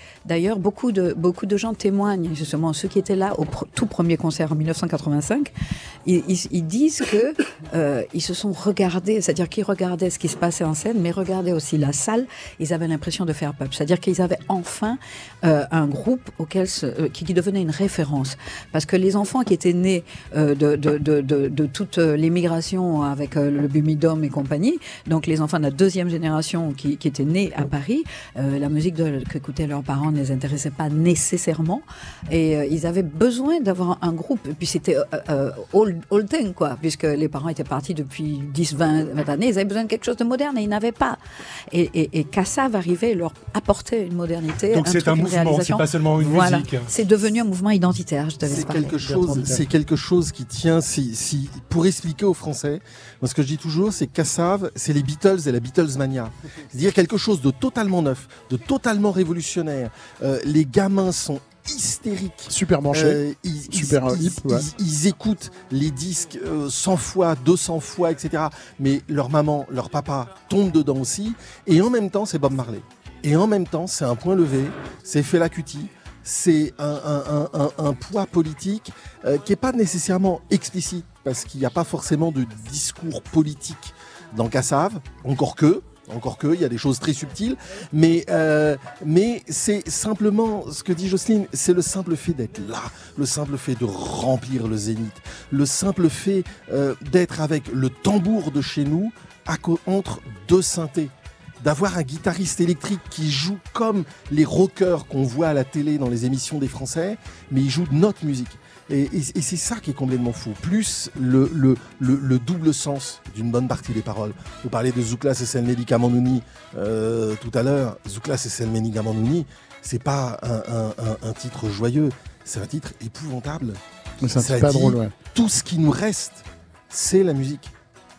D'ailleurs, beaucoup de, beaucoup de gens témoignent, justement, ceux qui étaient là au pr- tout premier concert en dix-neuf cent quatre-vingt-cinq, ils, ils, ils disent que euh, ils se sont regardés, c'est-à-dire qu'ils regardaient ce qui se passait en scène, mais regardaient aussi la salle, ils avaient l'impression de faire peuple. C'est-à-dire qu'ils avaient enfin euh, un groupe auquel se, euh, qui, qui devenait une référence. Parce que les enfants qui étaient nés euh, de, de, de, de, de toute l'émigration avec euh, le Bumidum et compagnie, donc les enfants de la deuxième génération qui, qui étaient nés à Paris, euh, la musique de, qu'écoutaient leurs parents ne les intéressait pas nécessairement, et euh, ils avaient besoin d'avoir un groupe. Et puis c'était euh, euh, old, old thing, quoi, puisque les parents étaient partis depuis dix, vingt, vingt années, ils avaient besoin de quelque chose de moderne et ils n'avaient pas. Et, et, et Kassav arrivait et leur apportait une modernité. Donc un c'est truc, un une mouvement, réalisation. c'est pas seulement une Voilà. musique. C'est devenu un mouvement identitaire, je te laisse C'est parler. quelque chose, c'est quelque chose qui tient, si, si, pour expliquer aux Français, moi ce que je dis toujours, c'est que Kassav, c'est les Beatles et la Beatlesmania. C'est-à-dire quelque chose de totalement neuf, de totalement révolutionnaire. Euh, les gamins sont hystériques. Super branché, Euh, ils, super ils, hip. ils, Ouais. ils, ils écoutent les disques euh, cent fois, deux cents fois, et cetera. Mais leur maman, leur papa tombent dedans aussi. Et en même temps, c'est Bob Marley. Et en même temps, c'est un point levé, c'est Fela Kuti. C'est un, un, un, un, un poids politique euh, qui n'est pas nécessairement explicite, parce qu'il n'y a pas forcément de discours politique dans Kassav, encore que, encore que, il y a des choses très subtiles, mais, euh, mais c'est simplement, ce que dit Jocelyne, c'est le simple fait d'être là, le simple fait de remplir le Zénith, le simple fait euh, d'être avec le tambour de chez nous à co- entre deux synthés. D'avoir un guitariste électrique qui joue comme les rockers qu'on voit à la télé dans les émissions des Français, mais il joue de notre musique. Et, et, et c'est ça qui est complètement fou. Plus le, le, le, le double sens d'une bonne partie des paroles. Vous parlez de Zouklas et Selmeni Kamanouni euh, tout à l'heure. Zouklas et Selmeni Kamanouni, c'est pas un, un, un, un titre joyeux, c'est un titre épouvantable. Mais c'est un Ça petit pas dit, drôle, ouais. Tout ce qui nous reste, c'est la musique.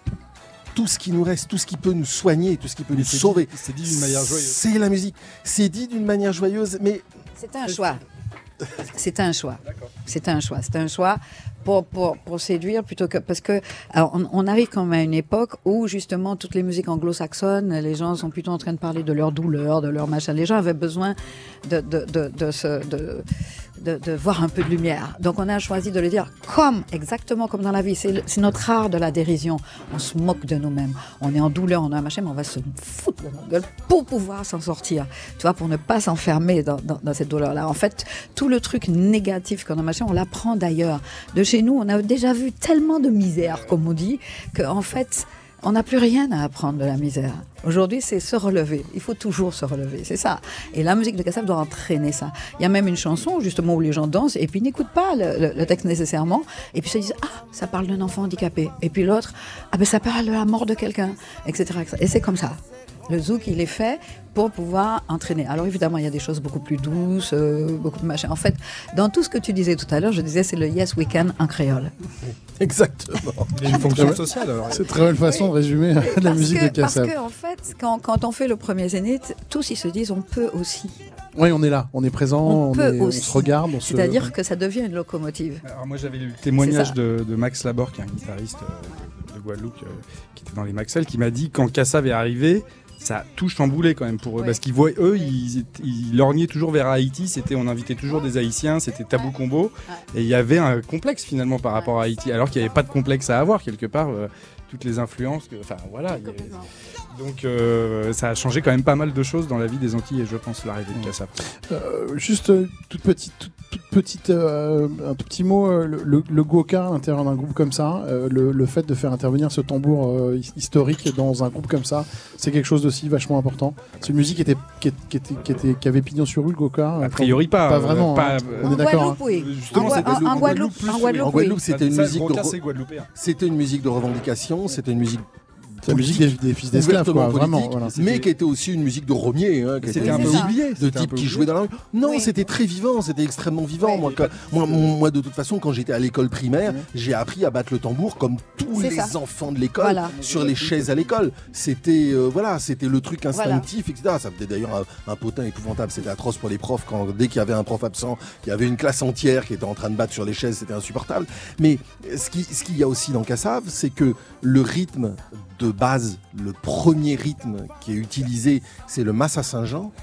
Tout ce qui nous reste, tout ce qui peut nous soigner, tout ce qui peut Mais nous c'est sauver, dit- c'est dit d'une manière joyeuse. c'est la musique. C'est dit d'une manière joyeuse, mais C'était un choix. C'était un choix. C'était un choix. C'était un choix pour, pour, pour séduire plutôt que... Parce que alors on, on arrive quand même à une époque où justement toutes les musiques anglo-saxonnes, les gens sont plutôt en train de parler de leur douleur, de leur machin. Les gens avaient besoin de, de, de, de, se, de, de, de voir un peu de lumière. Donc on a choisi de le dire comme, exactement comme dans la vie. C'est, le- c'est notre art de la dérision. On se moque de nous-mêmes. On est en douleur, on a un machin, mais on va se foutre de notre gueule pour pouvoir s'en sortir. Tu vois, pour ne pas s'enfermer dans, dans, dans cette douleur-là. En fait, tout le truc négatif qu'on a machin, on l'apprend d'ailleurs. De chez nous, on a déjà vu tellement de misère, comme on dit, qu'en fait, on n'a plus rien à apprendre de la misère. Aujourd'hui, c'est se relever. Il faut toujours se relever, c'est ça. Et la musique de Kassav doit entraîner ça. Il y a même une chanson, justement, où les gens dansent et puis n'écoutent pas le, le, le texte nécessairement. Et puis se disent, ah, ça parle d'un enfant handicapé. Et puis l'autre, ah ben ça parle de la mort de quelqu'un, et cetera, et cetera. Et c'est comme ça. Le zouk, il est fait pour pouvoir entraîner. Alors évidemment, il y a des choses beaucoup plus douces, euh, beaucoup plus machin. En fait, dans tout ce que tu disais tout à l'heure, je disais, c'est le Yes We Can en créole. exactement. Il y a une fonction sociale. Alors. C'est une très belle façon de résumer la Parce musique que, de Kassav. Parce qu'en fait, quand, quand on fait le premier Zénith, tous ils se disent, on peut aussi. Oui, on est là, on est présent, On on, peut est- on aussi. se regarde. On se... C'est-à-dire que ça devient une locomotive. Alors moi j'avais lu le témoignage C'est ça. de, de Max Labor, qui est un guitariste euh, de Guadeloupe, euh, qui était dans les Maxwell, qui m'a dit quand Kassav est arrivé, ça a tout chamboulé quand même pour eux, Ouais. parce qu'ils voient eux, ils, ils lorgnaient toujours vers Haïti. C'était, on invitait toujours des Haïtiens, c'était tabou combo, et il y avait un complexe finalement par rapport à Haïti, alors qu'il n'y avait pas de complexe à avoir quelque part. Euh, toutes les influences, que, enfin voilà. il y avait- Donc euh, ça a changé quand même pas mal de choses dans la vie des Antilles, et je pense l'arrivée de Kassav. Euh, juste euh, toute petite, toute, toute petite, euh, un tout petit mot, euh, le, le, le goka à l'intérieur d'un groupe comme ça, euh, le, le fait de faire intervenir ce tambour euh, hi- historique dans un groupe comme ça, c'est quelque chose d'aussi vachement important. C'est une musique qui était, qui, qui était, qui était, qui avait pignon sur rue, le goka. A priori pas. Pas euh, vraiment, pas, hein. euh, On est En d'accord. Guadeloupe, oui. Justement, En Gua- c'était en- le- en en Guadeloupe, plus, en oui. Guadeloupe, En Guadeloupe, oui. c'était une Ça, musique de Broca, re- c'est guadeloupéen. c'était une musique de revendication, c'était une musique C'est la musique des, des fils d'esclaves, quoi, ouvertement vraiment. politique, Voilà. mais qui était aussi une musique de romier, hein, qui C'était était un une peu ça. musique oublié. de c'était un type peu qui oublié. jouait dans la rue. Non, Oui. c'était très vivant, c'était extrêmement vivant. Oui. Moi, quand- moi, mon- moi, de toute façon, quand j'étais à l'école primaire, j'ai appris à battre le tambour comme tous C'est les ça. enfants de l'école Voilà. sur les chaises à l'école. C'était euh, voilà, c'était le truc Voilà. instinctif, et cetera. Ça faisait d'ailleurs un, un potin épouvantable. C'était atroce pour les profs quand dès qu'il y avait un prof absent, il y avait une classe entière qui était en train de battre sur les chaises, c'était insupportable. Mais ce qui, ce qu'il y a aussi dans Kassav, c'est que le rythme de base, le premier rythme qui est utilisé, c'est le Massa Saint-Jean.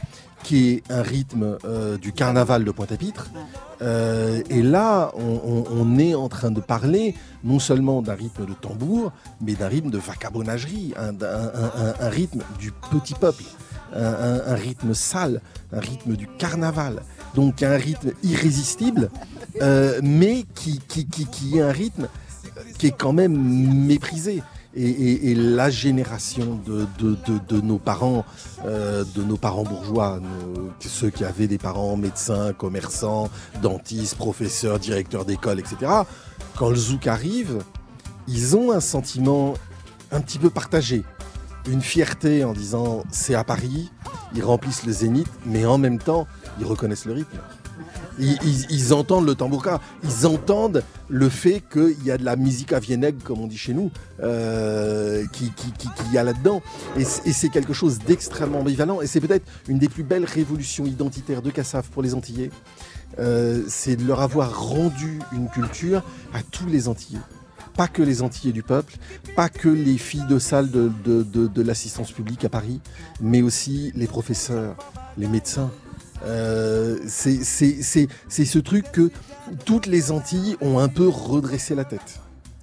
qui est un rythme euh, du carnaval de Pointe-à-Pitre. Euh, et là, on, on, on est en train de parler non seulement d'un rythme de tambour, mais d'un rythme de vagabondagerie, un, un, un, un rythme du petit peuple, un, un, un rythme sale, un rythme du carnaval. Donc un rythme irrésistible, euh, mais qui, qui, qui, qui est un rythme qui est quand même méprisé. Et, et, et la génération de, de, de, de nos parents, euh, de nos parents bourgeois, nos, ceux qui avaient des parents médecins, commerçants, dentistes, professeurs, directeurs d'école, et cetera, quand le zouk arrive, ils ont un sentiment un petit peu partagé. Une fierté en disant c'est à Paris, ils remplissent le zénith, mais en même temps, ils reconnaissent le rythme. Ils, ils, ils entendent le tambourka, ils entendent le fait qu'il y a de la musique à Viennegue, comme on dit chez nous, euh, qui, qui, qui, qui y a là-dedans. Et, et c'est quelque chose d'extrêmement ambivalent. Et c'est peut-être une des plus belles révolutions identitaires de Kassav pour les Antillais. Euh, c'est de leur avoir rendu une culture à tous les Antillais. Pas que les Antillais du peuple, pas que les filles de salle de, de, de, de l'assistance publique à Paris, mais aussi les professeurs, les médecins. Euh, c'est, c'est, c'est, c'est ce truc que toutes les Antilles ont un peu redressé la tête.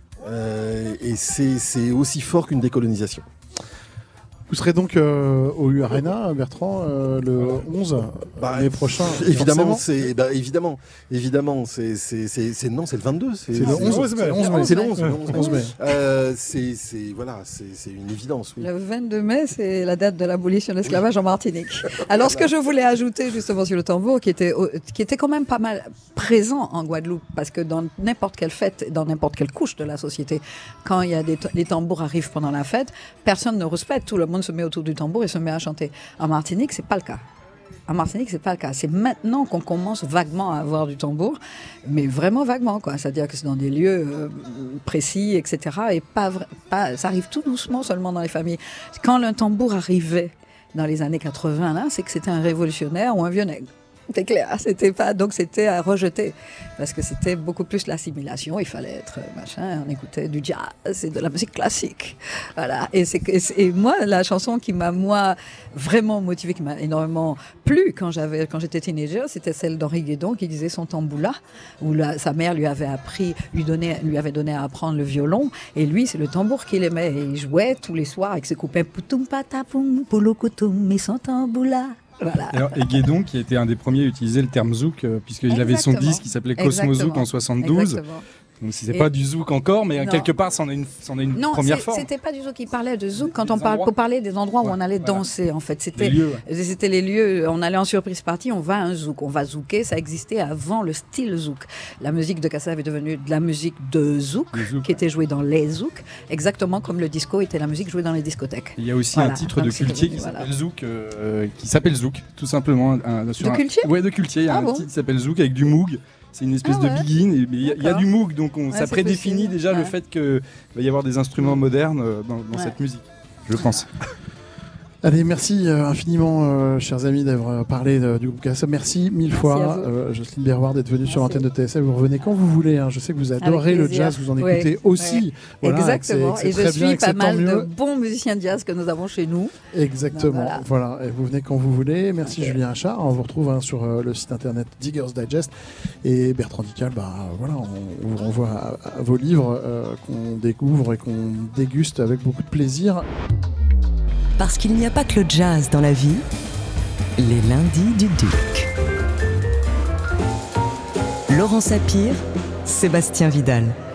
Euh, et c'est, c'est aussi fort qu'une décolonisation. Vous serez donc euh, au U Arena, Bertrand, euh, le onze bah, l'année prochaine. Évidemment, c'est bah, évidemment, évidemment, c'est c'est c'est, c'est non, c'est le vingt-deux, c'est, c'est le onze mai. C'est le onze, onze mai. Euh, c'est c'est voilà, c'est c'est une évidence. Oui. Le vingt-deux mai, c'est la date de l'abolition de l'esclavage en Martinique. Alors, ce que je voulais ajouter justement sur le tambour, qui était qui était quand même pas mal présent en Guadeloupe, parce que dans n'importe quelle fête, dans n'importe quelle couche de la société, quand il y a des les tambours arrivent pendant la fête, personne ne respecte, tout le monde se met autour du tambour et se met à chanter. En Martinique, c'est pas le cas. En Martinique, c'est pas le cas. C'est maintenant qu'on commence vaguement à avoir du tambour, mais vraiment vaguement, quoi. C'est-à-dire que c'est dans des lieux euh, précis, et cetera. Et pas, pas, ça arrive tout doucement seulement dans les familles. Quand un tambour arrivait dans les années quatre-vingts, là, c'est que c'était un révolutionnaire ou un vieux nègre. C'était clair, c'était pas, donc c'était à rejeter, parce que c'était beaucoup plus l'assimilation, il fallait être machin, on écoutait du jazz et de la musique classique, voilà, et, c'est, et, c'est, et moi, la chanson qui m'a, moi, vraiment motivée, qui m'a énormément plu quand, j'avais, quand j'étais teenager, c'était celle d'Henri Guédon qui disait son tamboula, où la, sa mère lui avait appris, lui, donnait, lui avait donné à apprendre le violon, et lui, c'est le tambour qu'il aimait, et il jouait tous les soirs avec ses copains, poutoum patapoum, pouloukotoum, et son tamboula. Voilà. Alors, et Guédon, qui était un des premiers à utiliser le terme zouk, euh, puisqu'il Exactement. avait son disque qui s'appelait Cosmo Zouk en soixante-douze. Exactement. Donc, c'est et pas du zouk encore, mais non. quelque part, c'en est une, c'en est une non, première c'est, forme. Non, c'était pas du zouk. Il parlait de zouk quand on parle, pour parler des endroits où ouais, on allait voilà. danser, en fait. C'était les, lieux, ouais. c'était les lieux. On allait en surprise party, on va à un zouk. On va zouker. Ça existait avant le style zouk. La musique de Kassav est devenue de la musique de zouk, zouk qui ouais. était jouée dans les zouks, exactement comme le disco était la musique jouée dans les discothèques. Il y a aussi voilà. un titre Donc, de Cultier qui voilà. s'appelle Zouk, euh, qui s'appelle Zouk, tout simplement. Un, sur de un, Cultier Ouais, de Cultier. Il y a ah un bon titre qui s'appelle Zouk avec du moog. C'est une espèce ah ouais. de begin, il y, y a du moog, donc on, ouais, ça prédéfinit possible. déjà ouais. le fait qu'il va y avoir des instruments modernes dans, dans ouais. cette musique, je pense. Allez, merci euh, infiniment, euh, chers amis, d'avoir parlé de, du groupe Kassav. Merci mille merci fois, euh, Jocelyne Berroir, d'être venue merci. sur l'antenne de T S F. Vous revenez quand vous voulez. Hein. Je sais que vous adorez le jazz, vous en écoutez ouais. aussi. Ouais. Voilà, Exactement. Que c'est, que c'est et je bien, suis pas mal mieux. de bons musiciens de jazz que nous avons chez nous. Exactement. Donc, voilà. voilà. Et vous venez quand vous voulez. Merci okay. Julien Achard. On vous retrouve hein, sur euh, le site internet Diggers Digest. Et Bertrand Dical, bah, voilà, on, on vous renvoie à, à vos livres euh, qu'on découvre et qu'on déguste avec beaucoup de plaisir. Parce qu'il n'y a pas que le jazz dans la vie, les lundis du Duc. Laurent Sapir, Sébastien Vidal.